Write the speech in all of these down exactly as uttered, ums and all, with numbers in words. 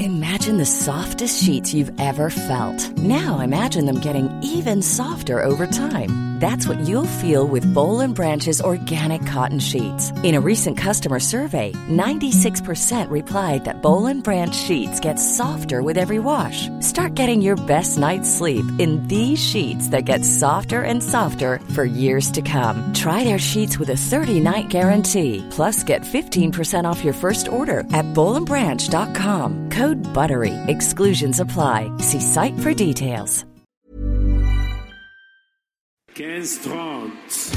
Imagine the softest sheets you've ever felt. Now imagine them getting even softer over time. That's what you'll feel with Boll and Branch's organic cotton sheets. In a recent customer survey, ninety-six percent replied that Boll and Branch sheets get softer with every wash. Start getting your best night's sleep in these sheets that get softer and softer for years to come. Try their sheets with a thirty-night guarantee. Plus, get fifteen percent off your first order at boll and branch dot com. Code BUTTERY. Exclusions apply. See site for details. quinze trente.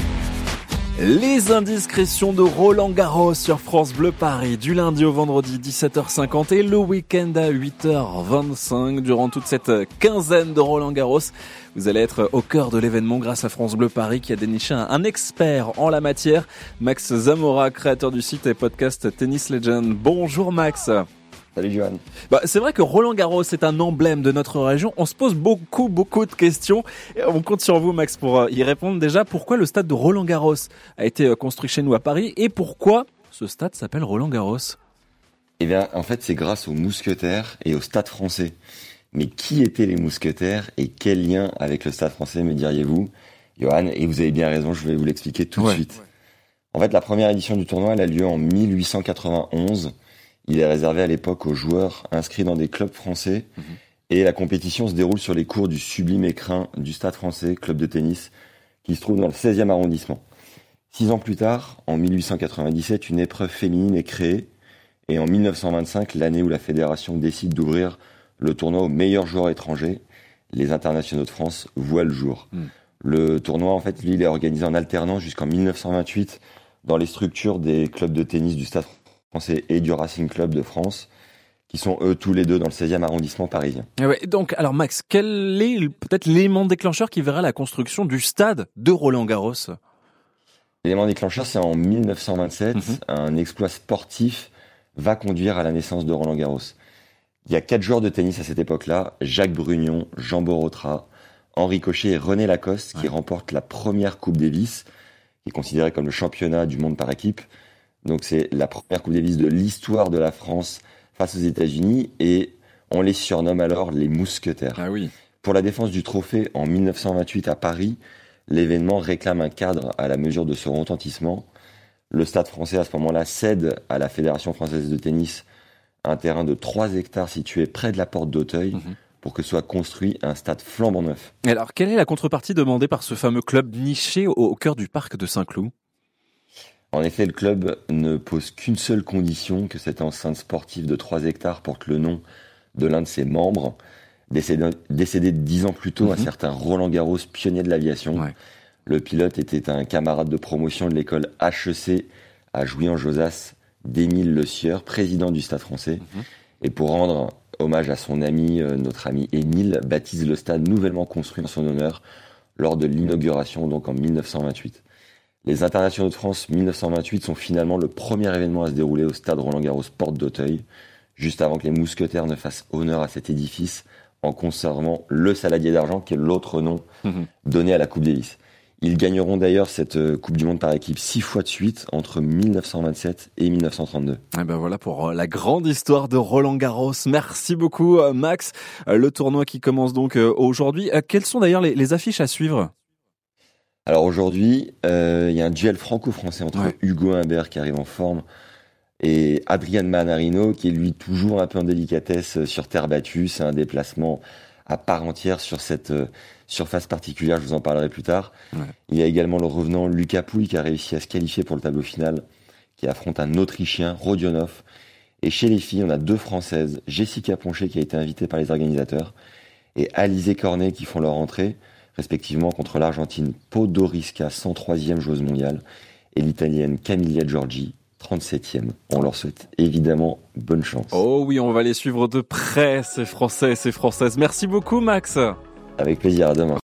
Les indiscrétions de Roland Garros sur France Bleu Paris, du lundi au vendredi dix-sept heures cinquante et le week-end à huit heures vingt-cinq. Durant toute cette quinzaine de Roland Garros, vous allez être au cœur de l'événement grâce à France Bleu Paris qui a déniché un, un expert en la matière, Max Zamora, créateur du site et podcast Tennis Legend. Bonjour Max. Salut Johan. Bah, c'est vrai que Roland Garros est un emblème de notre région. On se pose beaucoup, beaucoup de questions. Et on compte sur vous, Max, pour y répondre. Déjà, pourquoi le stade de Roland Garros a été construit chez nous à Paris et pourquoi ce stade s'appelle Roland Garros? Eh bien, en fait, c'est grâce aux mousquetaires et au stade français. Mais qui étaient les mousquetaires et quel lien avec le stade français, me diriez-vous, Johan? Et vous avez bien raison, je vais vous l'expliquer tout ouais. de suite. En fait, la première édition du tournoi, elle a lieu en mille huit cent quatre-vingt-onze. Il est réservé à l'époque aux joueurs inscrits dans des clubs français mmh. et la compétition se déroule sur les cours du Sublime Écrin du Stade français, club de tennis, qui se trouve dans le seizième arrondissement. Six ans plus tard, en mille huit cent quatre-vingt-dix-sept, une épreuve féminine est créée et en mille neuf cent vingt-cinq, l'année où la fédération décide d'ouvrir le tournoi aux meilleurs joueurs étrangers, les internationaux de France voient le jour. Mmh. Le tournoi, en fait, lui, il est organisé en alternance jusqu'en mille neuf cent vingt-huit dans les structures des clubs de tennis du Stade français et du Racing Club de France, qui sont eux tous les deux dans le seizième arrondissement parisien. Et ouais, donc, alors Max, quel est peut-être l'élément déclencheur qui verra la construction du stade de Roland Garros? L'élément déclencheur, c'est en mille neuf cent vingt-sept, mmh. un exploit sportif va conduire à la naissance de Roland Garros. Il y a quatre joueurs de tennis à cette époque-là, Jacques Brugnon, Jean Borotra, Henri Cochet et René Lacoste, qui ouais. remportent la première Coupe Davis, qui est considérée comme le championnat du monde par équipe. Donc c'est la première Coupe Davis de l'histoire de la France face aux États-Unis et on les surnomme alors les mousquetaires. Ah oui. Pour la défense du trophée en mille neuf cent vingt-huit à Paris, l'événement réclame un cadre à la mesure de ce retentissement. Le Stade français à ce moment-là cède à la Fédération française de tennis un terrain de trois hectares situé près de la porte d'Auteuil mmh. pour que soit construit un stade flambant neuf. Et alors quelle est la contrepartie demandée par ce fameux club niché au, au cœur du parc de Saint-Cloud? En effet, le club ne pose qu'une seule condition, que cette enceinte sportive de trois hectares porte le nom de l'un de ses membres, décédé, décédé dix ans plus tôt, mmh. un certain Roland Garros, pionnier de l'aviation. Ouais. Le pilote était un camarade de promotion de l'école H E C à Jouy-en-Josas, d'Émile Le Sieur, président du Stade français. Mmh. Et pour rendre hommage à son ami, euh, notre ami Émile, baptise le stade nouvellement construit en son honneur lors de l'inauguration, donc en mille neuf cent vingt-huit. Les internationaux de France mille neuf cent vingt-huit sont finalement le premier événement à se dérouler au stade Roland-Garros porte d'Auteuil, juste avant que les mousquetaires ne fassent honneur à cet édifice en conservant le saladier d'argent, qui est l'autre nom mmh. donné à la Coupe Davis. Ils gagneront d'ailleurs cette Coupe du Monde par équipe six fois de suite entre mille neuf cent vingt-sept et mille neuf cent trente-deux. Et ben voilà pour la grande histoire de Roland Garros. Merci beaucoup Max. Le tournoi qui commence donc aujourd'hui. Quelles sont d'ailleurs les, les affiches à suivre ? Alors aujourd'hui, euh, il y a un duel franco-français entre ouais. Hugo Humbert qui arrive en forme et Adrian Manarino qui est lui toujours un peu en délicatesse sur terre battue. C'est un déplacement à part entière sur cette euh, surface particulière, je vous en parlerai plus tard. Ouais. Il y a également le revenant Lucas Pouille qui a réussi à se qualifier pour le tableau final, qui affronte un Autrichien, Rodionov. Et chez les filles, on a deux Françaises, Jessica Poncher qui a été invitée par les organisateurs et Alizé Cornet qui font leur entrée, respectivement contre l'Argentine Podoriska, cent troisième joueuse mondiale, et l'Italienne Camilla Giorgi, trente-septième. On leur souhaite évidemment bonne chance. Oh oui, on va les suivre de près, ces Français et ces Françaises. Merci beaucoup Max. Avec plaisir, à demain.